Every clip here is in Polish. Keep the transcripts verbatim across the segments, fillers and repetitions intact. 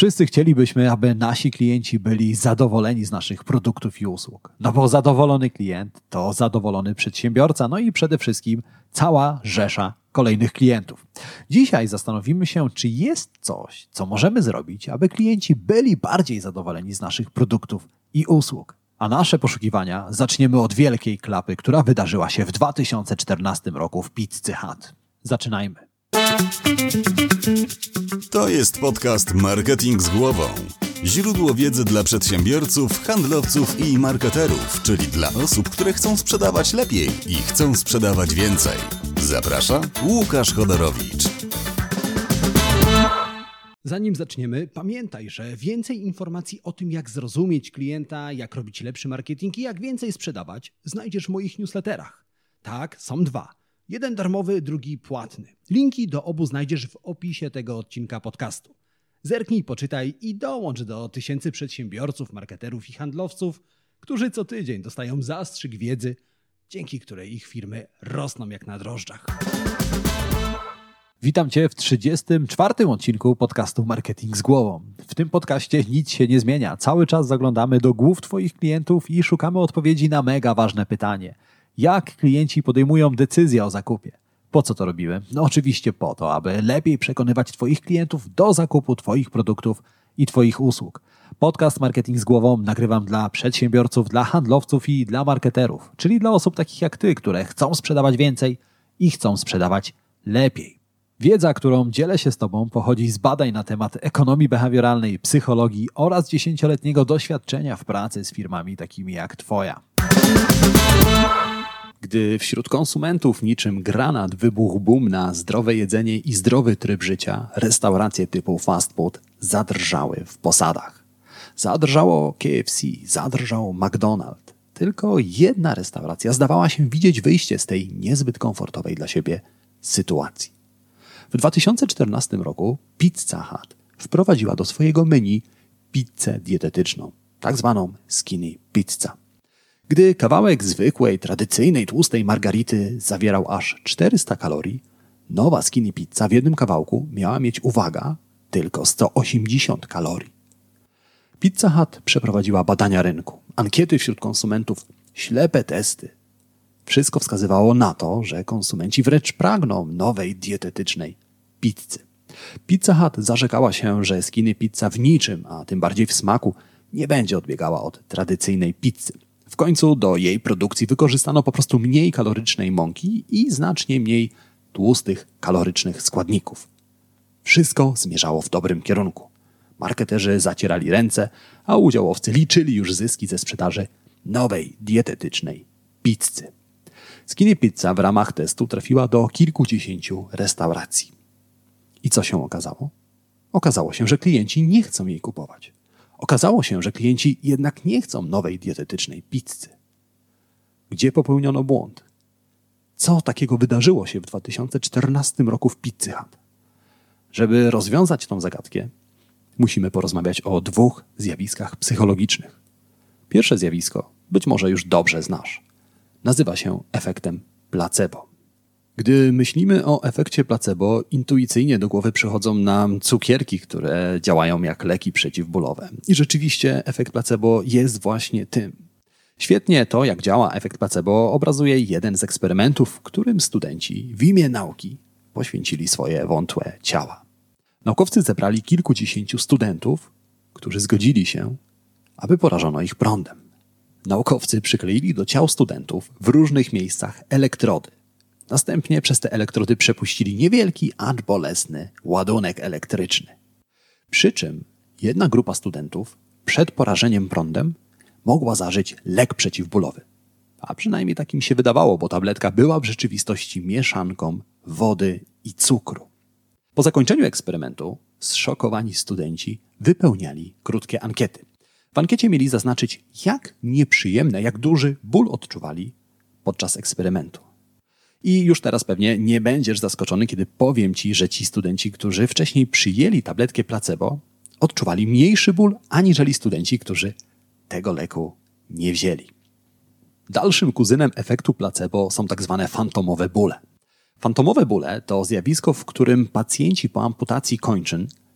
Wszyscy chcielibyśmy, aby nasi klienci byli zadowoleni z naszych produktów i usług. No bo zadowolony klient to zadowolony przedsiębiorca, no i przede wszystkim cała rzesza kolejnych klientów. Dzisiaj zastanowimy się, czy jest coś, co możemy zrobić, aby klienci byli bardziej zadowoleni z naszych produktów i usług. A nasze poszukiwania zaczniemy od wielkiej klapy, która wydarzyła się w dwa tysiące czternastym roku w Pizzy Hut. Zaczynajmy. To jest podcast Marketing z głową. Źródło wiedzy dla przedsiębiorców, handlowców i marketerów, czyli dla osób, które chcą sprzedawać lepiej i chcą sprzedawać więcej. Zaprasza Łukasz Chodorowicz. Zanim zaczniemy, pamiętaj, że więcej informacji o tym, jak zrozumieć klienta, jak robić lepszy marketing i jak więcej sprzedawać, znajdziesz w moich newsletterach. Tak, są dwa. Jeden darmowy, drugi płatny. Linki do obu znajdziesz w opisie tego odcinka podcastu. Zerknij, poczytaj i dołącz do tysięcy przedsiębiorców, marketerów i handlowców, którzy co tydzień dostają zastrzyk wiedzy, dzięki której ich firmy rosną jak na drożdżach. Witam Cię w trzydziestym czwartym odcinku podcastu Marketing z głową. W tym podcaście nic się nie zmienia. Cały czas zaglądamy do głów Twoich klientów i szukamy odpowiedzi na mega ważne pytanie. Jak klienci podejmują decyzję o zakupie? Po co to robimy? No oczywiście po to, aby lepiej przekonywać Twoich klientów do zakupu Twoich produktów i Twoich usług. Podcast Marketing z głową nagrywam dla przedsiębiorców, dla handlowców i dla marketerów, czyli dla osób takich jak Ty, które chcą sprzedawać więcej i chcą sprzedawać lepiej. Wiedza, którą dzielę się z Tobą, pochodzi z badań na temat ekonomii behawioralnej, psychologii oraz dziesięcioletniego doświadczenia w pracy z firmami takimi jak Twoja. Gdy wśród konsumentów niczym granat wybuchł boom na zdrowe jedzenie i zdrowy tryb życia, restauracje typu fast food zadrżały w posadach. Zadrżało K F C, zadrżał McDonald's. Tylko jedna restauracja zdawała się widzieć wyjście z tej niezbyt komfortowej dla siebie sytuacji. W dwa tysiące czternastym roku Pizza Hut wprowadziła do swojego menu pizzę dietetyczną, tak zwaną skinny pizza. Gdy kawałek zwykłej, tradycyjnej, tłustej margarity zawierał aż czterysta kalorii, nowa skinny pizza w jednym kawałku miała mieć, uwaga, tylko sto osiemdziesiąt kalorii. Pizza Hut przeprowadziła badania rynku, ankiety wśród konsumentów, ślepe testy. Wszystko wskazywało na to, że konsumenci wręcz pragną nowej, dietetycznej pizzy. Pizza Hut zarzekała się, że skinny pizza w niczym, a tym bardziej w smaku, nie będzie odbiegała od tradycyjnej pizzy. W końcu do jej produkcji wykorzystano po prostu mniej kalorycznej mąki i znacznie mniej tłustych, kalorycznych składników. Wszystko zmierzało w dobrym kierunku. Marketerzy zacierali ręce, a udziałowcy liczyli już zyski ze sprzedaży nowej, dietetycznej pizzy. Skinny pizza w ramach testu trafiła do kilkudziesięciu restauracji. I co się okazało? Okazało się, że klienci nie chcą jej kupować. Okazało się, że klienci jednak nie chcą nowej dietetycznej pizzy. Gdzie popełniono błąd? Co takiego wydarzyło się w dwa tysiące czternastym roku w Pizzy Hut? Żeby rozwiązać tą zagadkę, musimy porozmawiać o dwóch zjawiskach psychologicznych. Pierwsze zjawisko być może już dobrze znasz. Nazywa się efektem placebo. Gdy myślimy o efekcie placebo, intuicyjnie do głowy przychodzą nam cukierki, które działają jak leki przeciwbólowe. I rzeczywiście efekt placebo jest właśnie tym. Świetnie to, jak działa efekt placebo, obrazuje jeden z eksperymentów, w którym studenci w imię nauki poświęcili swoje wątłe ciała. Naukowcy zebrali kilkudziesięciu studentów, którzy zgodzili się, aby porażono ich prądem. Naukowcy przykleili do ciał studentów w różnych miejscach elektrody. Następnie przez te elektrody przepuścili niewielki, acz bolesny ładunek elektryczny. Przy czym jedna grupa studentów przed porażeniem prądem mogła zażyć lek przeciwbólowy. A przynajmniej tak im się wydawało, bo tabletka była w rzeczywistości mieszanką wody i cukru. Po zakończeniu eksperymentu zszokowani studenci wypełniali krótkie ankiety. W ankiecie mieli zaznaczyć, jak nieprzyjemne, jak duży ból odczuwali podczas eksperymentu. I już teraz pewnie nie będziesz zaskoczony, kiedy powiem Ci, że ci studenci, którzy wcześniej przyjęli tabletkę placebo, odczuwali mniejszy ból, aniżeli studenci, którzy tego leku nie wzięli. Dalszym kuzynem efektu placebo są tak zwane fantomowe bóle. Fantomowe bóle to zjawisko, w którym pacjenci po amputacji kończyn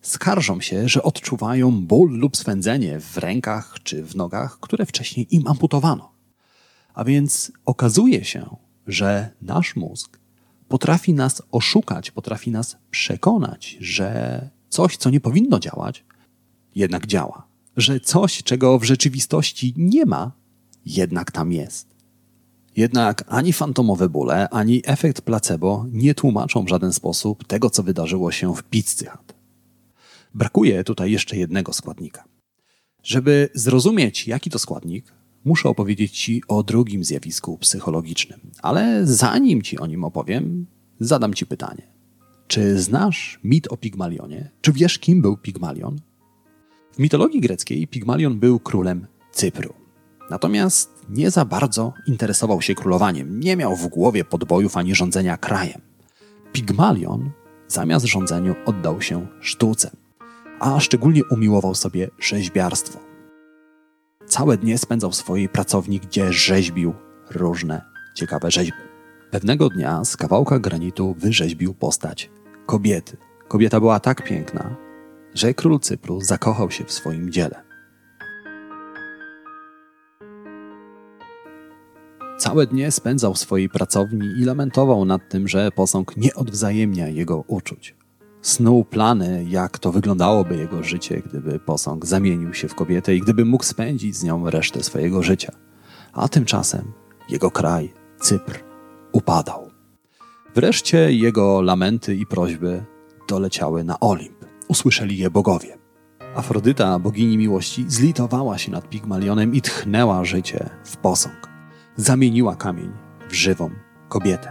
Skarżą się, że odczuwają ból lub swędzenie w rękach czy w nogach, które wcześniej im amputowano. A więc okazuje się, że nasz mózg potrafi nas oszukać, potrafi nas przekonać, że coś, co nie powinno działać, jednak działa. Że coś, czego w rzeczywistości nie ma, jednak tam jest. Jednak ani fantomowe bóle, ani efekt placebo nie tłumaczą w żaden sposób tego, co wydarzyło się w Pizzy Hut. Brakuje tutaj jeszcze jednego składnika. Żeby zrozumieć, jaki to składnik, muszę opowiedzieć Ci o drugim zjawisku psychologicznym. Ale zanim Ci o nim opowiem, zadam Ci pytanie. Czy znasz mit o Pigmalionie? Czy wiesz, kim był Pigmalion? W mitologii greckiej Pigmalion był królem Cypru. Natomiast nie za bardzo interesował się królowaniem. Nie miał w głowie podbojów ani rządzenia krajem. Pigmalion zamiast rządzeniu oddał się sztuce, a szczególnie umiłował sobie rzeźbiarstwo. Całe dnie spędzał w swojej pracowni, gdzie rzeźbił różne ciekawe rzeźby. Pewnego dnia z kawałka granitu wyrzeźbił postać kobiety. Kobieta była tak piękna, że król Cypru zakochał się w swoim dziele. Całe dnie spędzał w swojej pracowni i lamentował nad tym, że posąg nie odwzajemnia jego uczuć. Snuł plany, jak to wyglądałoby jego życie, gdyby posąg zamienił się w kobietę i gdyby mógł spędzić z nią resztę swojego życia. A tymczasem jego kraj, Cypr, upadał. Wreszcie jego lamenty i prośby doleciały na Olimp. Usłyszeli je bogowie. Afrodyta, bogini miłości, zlitowała się nad Pigmalionem i tchnęła życie w posąg. Zamieniła kamień w żywą kobietę.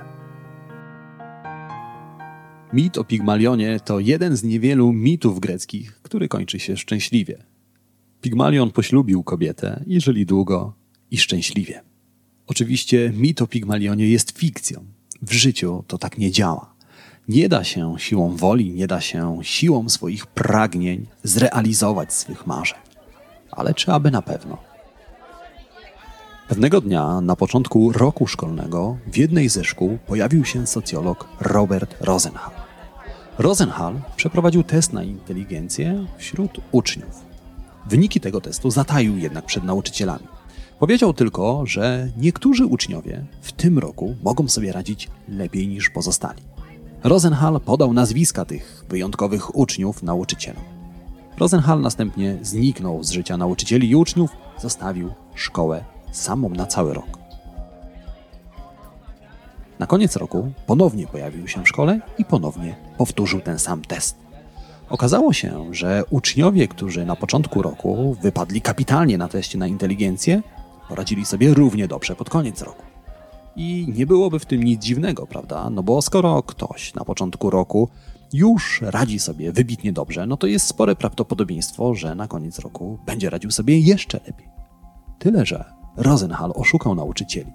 Mit o Pigmalionie to jeden z niewielu mitów greckich, który kończy się szczęśliwie. Pigmalion poślubił kobietę i żyli długo i szczęśliwie. Oczywiście mit o Pigmalionie jest fikcją. W życiu to tak nie działa. Nie da się siłą woli, nie da się siłą swoich pragnień zrealizować swych marzeń. Ale czy aby na pewno? Pewnego dnia, na początku roku szkolnego, w jednej ze szkół pojawił się socjolog Robert Rosenhal. Rosenhal przeprowadził test na inteligencję wśród uczniów. Wyniki tego testu zataił jednak przed nauczycielami. Powiedział tylko, że niektórzy uczniowie w tym roku mogą sobie radzić lepiej niż pozostali. Rosenhal podał nazwiska tych wyjątkowych uczniów nauczycielom. Rosenhal następnie zniknął z życia nauczycieli i uczniów, zostawił szkołę samą na cały rok. Na koniec roku ponownie pojawił się w szkole i ponownie powtórzył ten sam test. Okazało się, że uczniowie, którzy na początku roku wypadli kapitalnie na teście na inteligencję, poradzili sobie równie dobrze pod koniec roku. I nie byłoby w tym nic dziwnego, prawda? No bo skoro ktoś na początku roku już radzi sobie wybitnie dobrze, no to jest spore prawdopodobieństwo, że na koniec roku będzie radził sobie jeszcze lepiej. Tyle, że Rosenhal oszukał nauczycieli.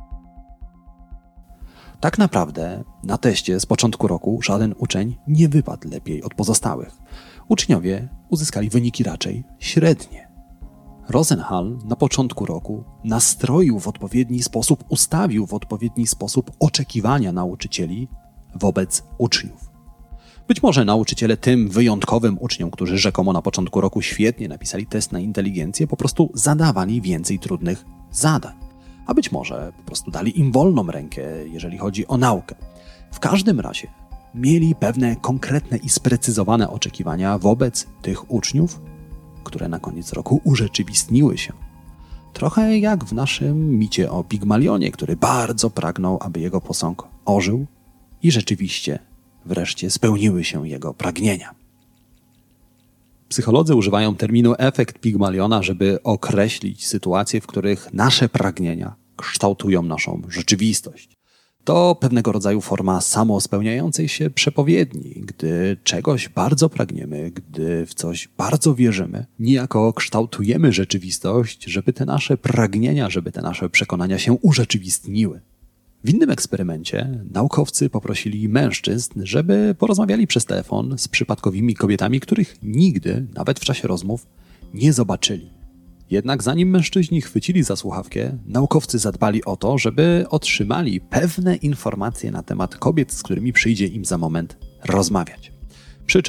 Tak naprawdę na teście z początku roku żaden uczeń nie wypadł lepiej od pozostałych. Uczniowie uzyskali wyniki raczej średnie. Rosenhal na początku roku nastroił w odpowiedni sposób, ustawił w odpowiedni sposób oczekiwania nauczycieli wobec uczniów. Być może nauczyciele tym wyjątkowym uczniom, którzy rzekomo na początku roku świetnie napisali test na inteligencję, po prostu zadawali więcej trudnych zadań. A być może po prostu dali im wolną rękę, jeżeli chodzi o naukę. W każdym razie mieli pewne konkretne i sprecyzowane oczekiwania wobec tych uczniów, które na koniec roku urzeczywistniły się. Trochę jak w naszym micie o Pigmalionie, który bardzo pragnął, aby jego posąg ożył i rzeczywiście wreszcie spełniły się jego pragnienia. Psycholodzy używają terminu efekt Pigmaliona, żeby określić sytuacje, w których nasze pragnienia kształtują naszą rzeczywistość. To pewnego rodzaju forma samospełniającej się przepowiedni. Gdy czegoś bardzo pragniemy, gdy w coś bardzo wierzymy, niejako kształtujemy rzeczywistość, żeby te nasze pragnienia, żeby te nasze przekonania się urzeczywistniły. W innym eksperymencie naukowcy poprosili mężczyzn, żeby porozmawiali przez telefon z przypadkowymi kobietami, których nigdy, nawet w czasie rozmów, nie zobaczyli. Jednak zanim mężczyźni chwycili za słuchawkę, naukowcy zadbali o to, żeby otrzymali pewne informacje na temat kobiet, z którymi przyjdzie im za moment rozmawiać. Przy czym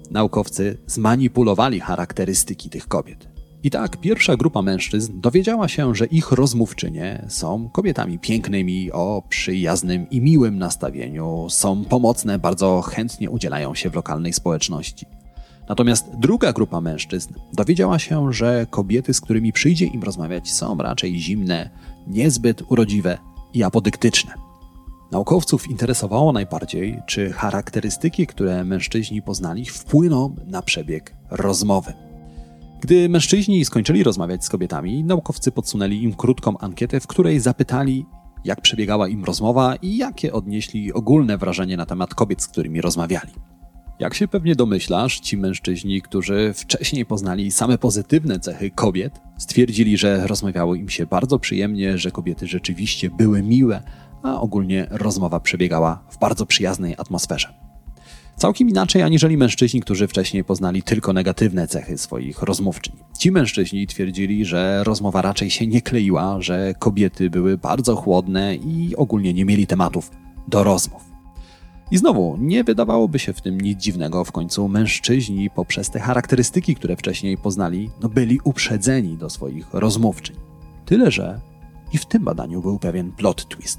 Naukowcy zmanipulowali charakterystyki tych kobiet. I tak pierwsza grupa mężczyzn dowiedziała się, że ich rozmówczynie są kobietami pięknymi, o przyjaznym i miłym nastawieniu, są pomocne, bardzo chętnie udzielają się w lokalnej społeczności. Natomiast druga grupa mężczyzn dowiedziała się, że kobiety, z którymi przyjdzie im rozmawiać, są raczej zimne, niezbyt urodziwe i apodyktyczne. Naukowców interesowało najbardziej, czy charakterystyki, które mężczyźni poznali, wpłyną na przebieg rozmowy. Gdy mężczyźni skończyli rozmawiać z kobietami, naukowcy podsunęli im krótką ankietę, w której zapytali, jak przebiegała im rozmowa i jakie odnieśli ogólne wrażenie na temat kobiet, z którymi rozmawiali. Jak się pewnie domyślasz, ci mężczyźni, którzy wcześniej poznali same pozytywne cechy kobiet, stwierdzili, że rozmawiało im się bardzo przyjemnie, że kobiety rzeczywiście były miłe, a ogólnie rozmowa przebiegała w bardzo przyjaznej atmosferze. Całkiem inaczej aniżeli mężczyźni, którzy wcześniej poznali tylko negatywne cechy swoich rozmówczyń. Ci mężczyźni twierdzili, że rozmowa raczej się nie kleiła, że kobiety były bardzo chłodne i ogólnie nie mieli tematów do rozmów. I znowu, nie wydawałoby się w tym nic dziwnego, w końcu mężczyźni poprzez te charakterystyki, które wcześniej poznali, no byli uprzedzeni do swoich rozmówczyń. Tyle, że i w tym badaniu był pewien plot twist.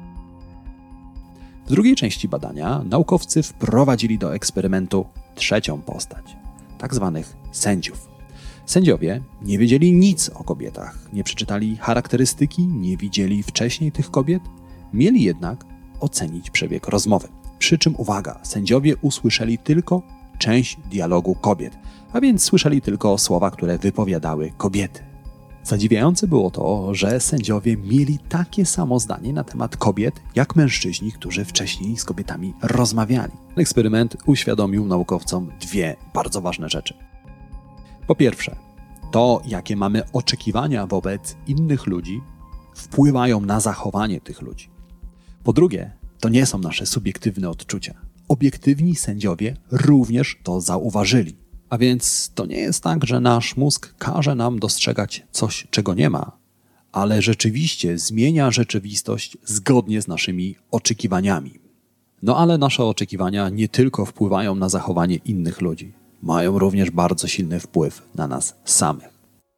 W drugiej części badania naukowcy wprowadzili do eksperymentu trzecią postać, tak zwanych sędziów. Sędziowie nie wiedzieli nic o kobietach, nie przeczytali charakterystyki, nie widzieli wcześniej tych kobiet, mieli jednak ocenić przebieg rozmowy. Przy czym uwaga, sędziowie usłyszeli tylko część dialogu kobiet, a więc słyszeli tylko słowa, które wypowiadały kobiety. Zadziwiające było to, że sędziowie mieli takie samo zdanie na temat kobiet, jak mężczyźni, którzy wcześniej z kobietami rozmawiali. Eksperyment uświadomił naukowcom dwie bardzo ważne rzeczy. Po pierwsze, to, jakie mamy oczekiwania wobec innych ludzi, wpływają na zachowanie tych ludzi. Po drugie, to nie są nasze subiektywne odczucia. Obiektywni sędziowie również to zauważyli. A więc to nie jest tak, że nasz mózg każe nam dostrzegać coś, czego nie ma, ale rzeczywiście zmienia rzeczywistość zgodnie z naszymi oczekiwaniami. No ale nasze oczekiwania nie tylko wpływają na zachowanie innych ludzi, mają również bardzo silny wpływ na nas samych.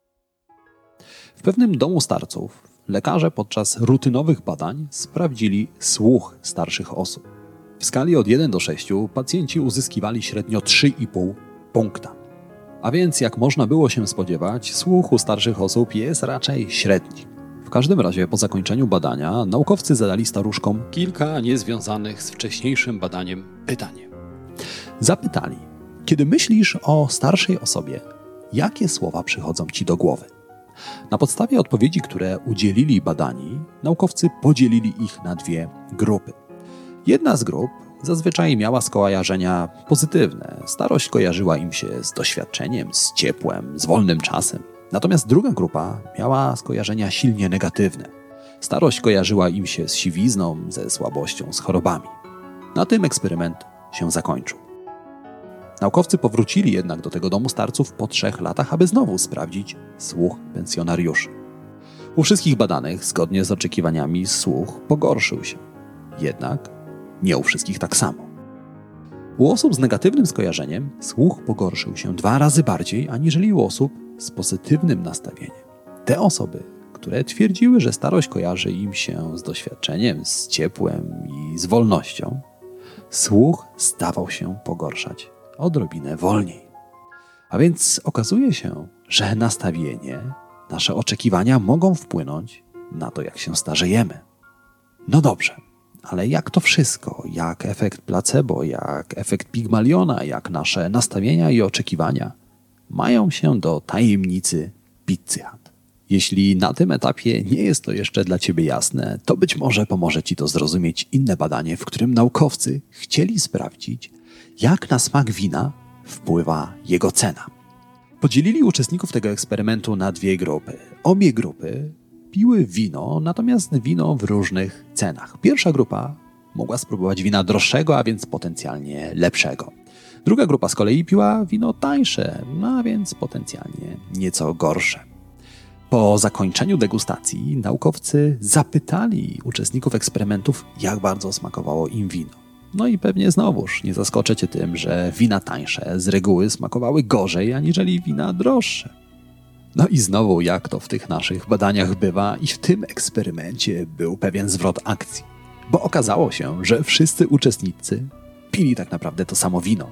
W pewnym domu starców lekarze podczas rutynowych badań sprawdzili słuch starszych osób. W skali od jeden do sześciu pacjenci uzyskiwali średnio trzy i pół punkta. A więc, jak można było się spodziewać, słuch u starszych osób jest raczej średni. W każdym razie po zakończeniu badania naukowcy zadali staruszkom kilka niezwiązanych z wcześniejszym badaniem pytań. Zapytali, kiedy myślisz o starszej osobie, jakie słowa przychodzą ci do głowy? Na podstawie odpowiedzi, które udzielili badani, naukowcy podzielili ich na dwie grupy. Jedna z grup zazwyczaj miała skojarzenia pozytywne. Starość kojarzyła im się z doświadczeniem, z ciepłem, z wolnym czasem. Natomiast druga grupa miała skojarzenia silnie negatywne. Starość kojarzyła im się z siwizną, ze słabością, z chorobami. Na tym eksperyment się zakończył. Naukowcy powrócili jednak do tego domu starców po trzech latach, aby znowu sprawdzić słuch pensjonariuszy. U wszystkich badanych, zgodnie z oczekiwaniami, słuch pogorszył się. Jednak nie u wszystkich tak samo. U osób z negatywnym skojarzeniem słuch pogorszył się dwa razy bardziej, aniżeli u osób z pozytywnym nastawieniem. Te osoby, które twierdziły, że starość kojarzy im się z doświadczeniem, z ciepłem i z wolnością, słuch zdawał się pogorszać odrobinę wolniej. A więc okazuje się, że nastawienie, nasze oczekiwania mogą wpłynąć na to, jak się starzejemy. No dobrze, ale jak to wszystko, jak efekt placebo, jak efekt Pygmaliona, jak nasze nastawienia i oczekiwania mają się do tajemnicy Pizzy Hut? Jeśli na tym etapie nie jest to jeszcze dla Ciebie jasne, to być może pomoże Ci to zrozumieć inne badanie, w którym naukowcy chcieli sprawdzić, jak na smak wina wpływa jego cena. Podzielili uczestników tego eksperymentu na dwie grupy. Obie grupy piły wino, natomiast wino w różnych cenach. Pierwsza grupa mogła spróbować wina droższego, a więc potencjalnie lepszego. Druga grupa z kolei piła wino tańsze, a więc potencjalnie nieco gorsze. Po zakończeniu degustacji naukowcy zapytali uczestników eksperymentów, jak bardzo smakowało im wino. No i pewnie znowuż nie zaskoczę cię tym, że wina tańsze z reguły smakowały gorzej aniżeli wina droższe. No i znowu, jak to w tych naszych badaniach bywa, i w tym eksperymencie był pewien zwrot akcji. Bo okazało się, że wszyscy uczestnicy pili tak naprawdę to samo wino.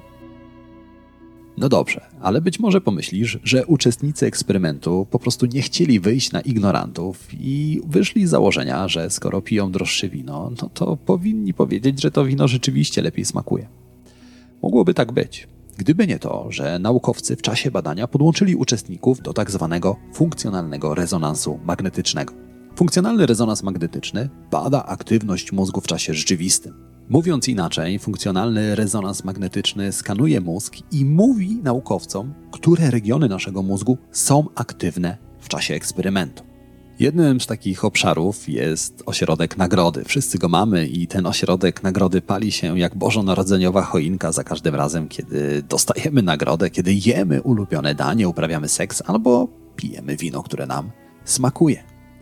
No dobrze, ale być może pomyślisz, że uczestnicy eksperymentu po prostu nie chcieli wyjść na ignorantów i wyszli z założenia, że skoro piją droższe wino, no to powinni powiedzieć, że to wino rzeczywiście lepiej smakuje. Mogłoby tak być, gdyby nie to, że naukowcy w czasie badania podłączyli uczestników do tak zwanego funkcjonalnego rezonansu magnetycznego. Funkcjonalny rezonans magnetyczny bada aktywność mózgu w czasie rzeczywistym. Mówiąc inaczej, funkcjonalny rezonans magnetyczny skanuje mózg i mówi naukowcom, które regiony naszego mózgu są aktywne w czasie eksperymentu. Jednym z takich obszarów jest ośrodek nagrody. Wszyscy go mamy i ten ośrodek nagrody pali się jak bożonarodzeniowa choinka za każdym razem, kiedy dostajemy nagrodę, kiedy jemy ulubione danie, uprawiamy seks albo pijemy wino, które nam smakuje.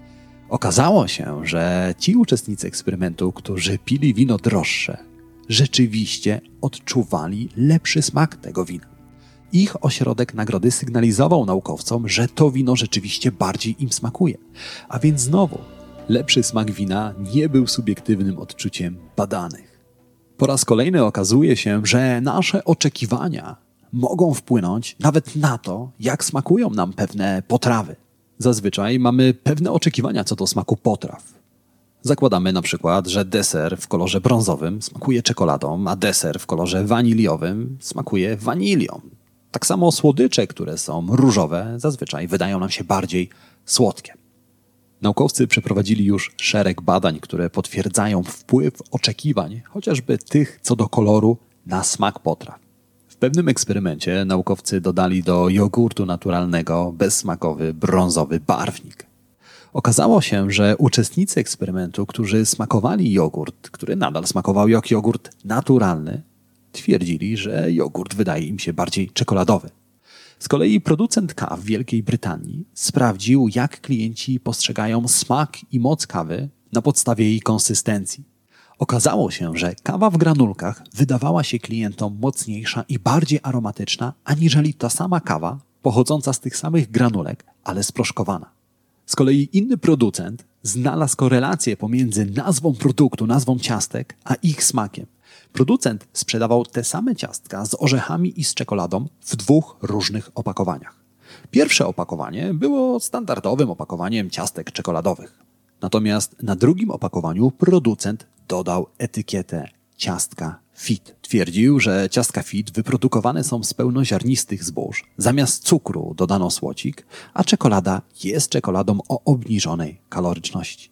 Okazało się, że ci uczestnicy eksperymentu, którzy pili wino droższe, rzeczywiście odczuwali lepszy smak tego wina. Ich ośrodek nagrody sygnalizował naukowcom, że to wino rzeczywiście bardziej im smakuje. A więc znowu, lepszy smak wina nie był subiektywnym odczuciem badanych. Po raz kolejny okazuje się, że nasze oczekiwania mogą wpłynąć nawet na to, jak smakują nam pewne potrawy. Zazwyczaj mamy pewne oczekiwania co do smaku potraw. Zakładamy na przykład, że deser w kolorze brązowym smakuje czekoladą, a deser w kolorze waniliowym smakuje wanilią. Tak samo słodycze, które są różowe, zazwyczaj wydają nam się bardziej słodkie. Naukowcy przeprowadzili już szereg badań, które potwierdzają wpływ oczekiwań, chociażby tych co do koloru, na smak potraw. W pewnym eksperymencie naukowcy dodali do jogurtu naturalnego bezsmakowy, brązowy barwnik. Okazało się, że uczestnicy eksperymentu, którzy smakowali jogurt, który nadal smakował jak jogurt naturalny, twierdzili, że jogurt wydaje im się bardziej czekoladowy. Z kolei producent kaw w Wielkiej Brytanii sprawdził, jak klienci postrzegają smak i moc kawy na podstawie jej konsystencji. Okazało się, że kawa w granulkach wydawała się klientom mocniejsza i bardziej aromatyczna, aniżeli ta sama kawa pochodząca z tych samych granulek, ale sproszkowana. Z kolei inny producent znalazł korelację pomiędzy nazwą produktu, nazwą ciastek, a ich smakiem. Producent sprzedawał te same ciastka z orzechami i z czekoladą w dwóch różnych opakowaniach. Pierwsze opakowanie było standardowym opakowaniem ciastek czekoladowych. Natomiast na drugim opakowaniu producent dodał etykietę ciastka fit. Twierdził, że ciastka fit wyprodukowane są z pełnoziarnistych zbóż. Zamiast cukru dodano słodzik, a czekolada jest czekoladą o obniżonej kaloryczności.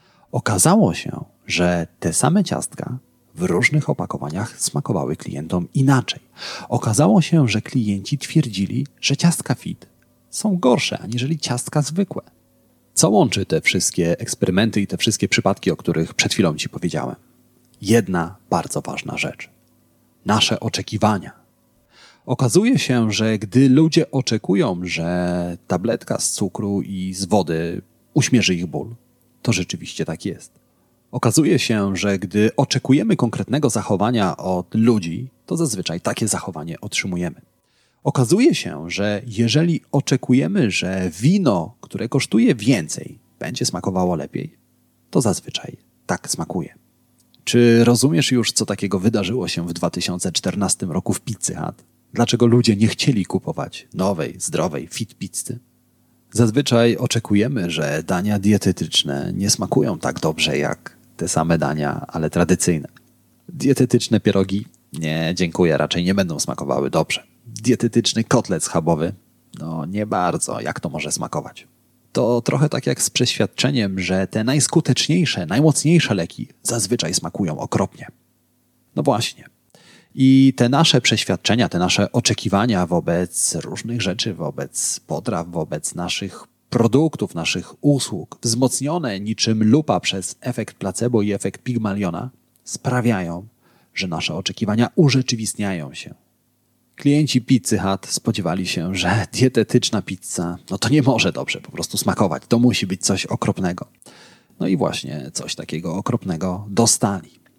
Okazało się, że te same ciastka w różnych opakowaniach smakowały klientom inaczej. Okazało się, że klienci twierdzili, że ciastka fit są gorsze aniżeli ciastka zwykłe. Co łączy te wszystkie eksperymenty i te wszystkie przypadki, o których przed chwilą ci powiedziałem? Jedna bardzo ważna rzecz. Nasze oczekiwania. Okazuje się, że gdy ludzie oczekują, że tabletka z cukru i z wody uśmierzy ich ból, to rzeczywiście tak jest. Okazuje się, że gdy oczekujemy konkretnego zachowania od ludzi, to zazwyczaj takie zachowanie otrzymujemy. Okazuje się, że jeżeli oczekujemy, że wino, które kosztuje więcej, będzie smakowało lepiej, to zazwyczaj tak smakuje. Czy rozumiesz już, co takiego wydarzyło się w dwa tysiące czternastym roku w Pizzy Hut? Dlaczego ludzie nie chcieli kupować nowej, zdrowej, fit pizzy? Zazwyczaj oczekujemy, że dania dietetyczne nie smakują tak dobrze jak te same dania, ale tradycyjne. Dietetyczne pierogi? Nie, dziękuję, raczej nie będą smakowały dobrze. Dietetyczny kotlet schabowy? No nie bardzo, jak to może smakować? To trochę tak jak z przeświadczeniem, że te najskuteczniejsze, najmocniejsze leki zazwyczaj smakują okropnie. No właśnie. I te nasze przeświadczenia, te nasze oczekiwania wobec różnych rzeczy, wobec potraw, wobec naszych produktów, naszych usług, wzmocnione niczym lupa przez efekt placebo i efekt Pygmaliona, sprawiają, że nasze oczekiwania urzeczywistniają się. Klienci Pizzy Hut spodziewali się, że dietetyczna pizza, no to nie może dobrze po prostu smakować. To musi być coś okropnego. No i właśnie coś takiego okropnego dostali.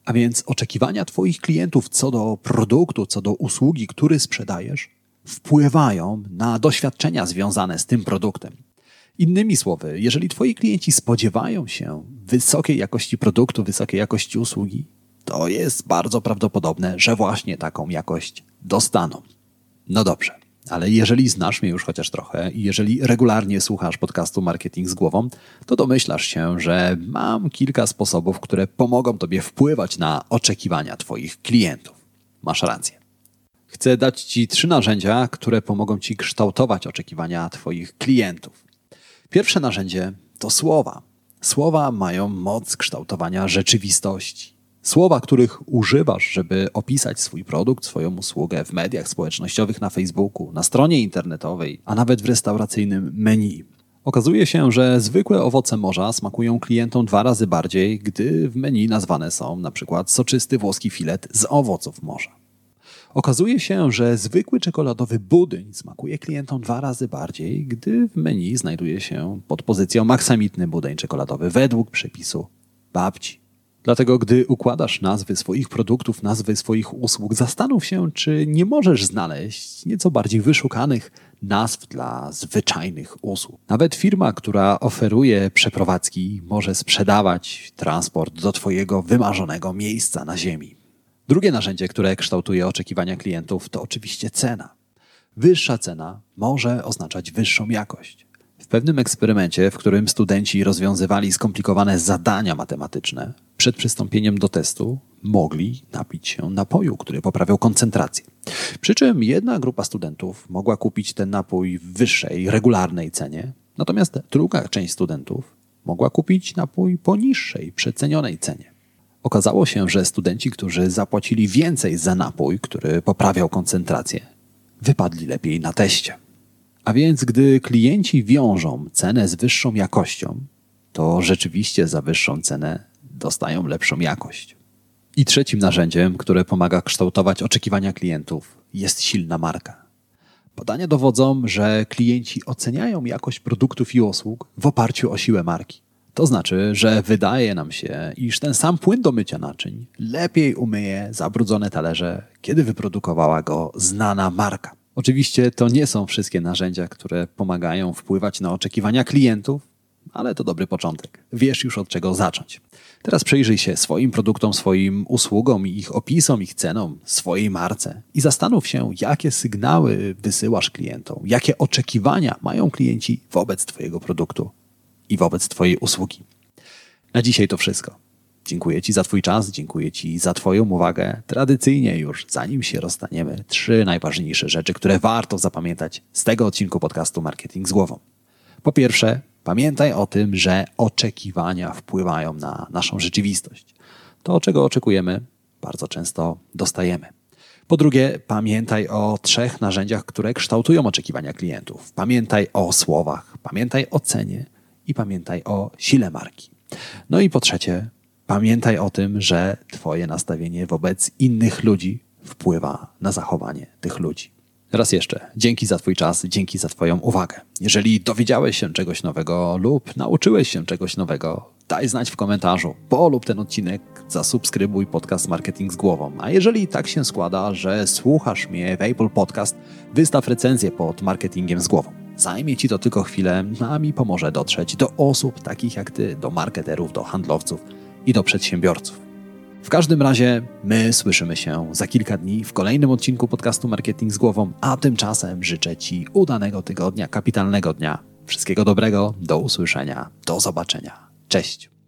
A więc oczekiwania Twoich klientów co do produktu, co do usługi, który sprzedajesz, wpływają na doświadczenia związane z tym produktem. Innymi słowy, jeżeli Twoi klienci spodziewają się wysokiej jakości produktu, wysokiej jakości usługi, to jest bardzo prawdopodobne, że właśnie taką jakość dostaną. No dobrze, ale jeżeli znasz mnie już chociaż trochę i jeżeli regularnie słuchasz podcastu Marketing z Głową, to domyślasz się, że mam kilka sposobów, które pomogą Tobie wpływać na oczekiwania Twoich klientów. Masz rację. Chcę dać Ci trzy narzędzia, które pomogą Ci kształtować oczekiwania Twoich klientów. Pierwsze narzędzie to słowa. Słowa mają moc kształtowania rzeczywistości. Słowa, których używasz, żeby opisać swój produkt, swoją usługę w mediach społecznościowych, na Facebooku, na stronie internetowej, a nawet w restauracyjnym menu. Okazuje się, że zwykłe owoce morza smakują klientom dwa razy bardziej, gdy w menu nazwane są na przykład soczysty włoski filet z owoców morza. Okazuje się, że zwykły czekoladowy budyń smakuje klientom dwa razy bardziej, gdy w menu znajduje się pod pozycją aksamitny budyń czekoladowy według przepisu babci. Dlatego gdy układasz nazwy swoich produktów, nazwy swoich usług, zastanów się, czy nie możesz znaleźć nieco bardziej wyszukanych nazw dla zwyczajnych usług. Nawet firma, która oferuje przeprowadzki, może sprzedawać transport do Twojego wymarzonego miejsca na ziemi. Drugie narzędzie, które kształtuje oczekiwania klientów, to oczywiście cena. Wyższa cena może oznaczać wyższą jakość. W pewnym eksperymencie, w którym studenci rozwiązywali skomplikowane zadania matematyczne, przed przystąpieniem do testu mogli napić się napoju, który poprawiał koncentrację. Przy czym jedna grupa studentów mogła kupić ten napój w wyższej, regularnej cenie, natomiast druga część studentów mogła kupić napój po niższej, przecenionej cenie. Okazało się, że studenci, którzy zapłacili więcej za napój, który poprawiał koncentrację, wypadli lepiej na teście. A więc gdy klienci wiążą cenę z wyższą jakością, to rzeczywiście za wyższą cenę dostają lepszą jakość. I trzecim narzędziem, które pomaga kształtować oczekiwania klientów, jest silna marka. Badania dowodzą, że klienci oceniają jakość produktów i usług w oparciu o siłę marki. To znaczy, że wydaje nam się, iż ten sam płyn do mycia naczyń lepiej umyje zabrudzone talerze, kiedy wyprodukowała go znana marka. Oczywiście to nie są wszystkie narzędzia, które pomagają wpływać na oczekiwania klientów, ale to dobry początek. Wiesz już od czego zacząć. Teraz przyjrzyj się swoim produktom, swoim usługom, ich opisom, ich cenom, swojej marce i zastanów się, jakie sygnały wysyłasz klientom, jakie oczekiwania mają klienci wobec Twojego produktu i wobec Twojej usługi. Na dzisiaj to wszystko. Dziękuję Ci za Twój czas, dziękuję Ci za Twoją uwagę. Tradycyjnie już, zanim się rozstaniemy, trzy najważniejsze rzeczy, które warto zapamiętać z tego odcinku podcastu Marketing z Głową. Po pierwsze, pamiętaj o tym, że oczekiwania wpływają na naszą rzeczywistość. To, czego oczekujemy, bardzo często dostajemy. Po drugie, pamiętaj o trzech narzędziach, które kształtują oczekiwania klientów. Pamiętaj o słowach, pamiętaj o cenie i pamiętaj o sile marki. No i po trzecie, pamiętaj o tym, że Twoje nastawienie wobec innych ludzi wpływa na zachowanie tych ludzi. Raz jeszcze, dzięki za Twój czas, dzięki za Twoją uwagę. Jeżeli dowiedziałeś się czegoś nowego lub nauczyłeś się czegoś nowego, daj znać w komentarzu, polub ten odcinek, zasubskrybuj podcast Marketing z Głową. A jeżeli tak się składa, że słuchasz mnie w Apple Podcast, wystaw recenzję pod Marketingiem z Głową. Zajmie Ci to tylko chwilę, a mi pomoże dotrzeć do osób takich jak Ty, do marketerów, do handlowców i do przedsiębiorców. W każdym razie my słyszymy się za kilka dni w kolejnym odcinku podcastu Marketing z Głową, a tymczasem życzę Ci udanego tygodnia, kapitalnego dnia. Wszystkiego dobrego, do usłyszenia, do zobaczenia. Cześć!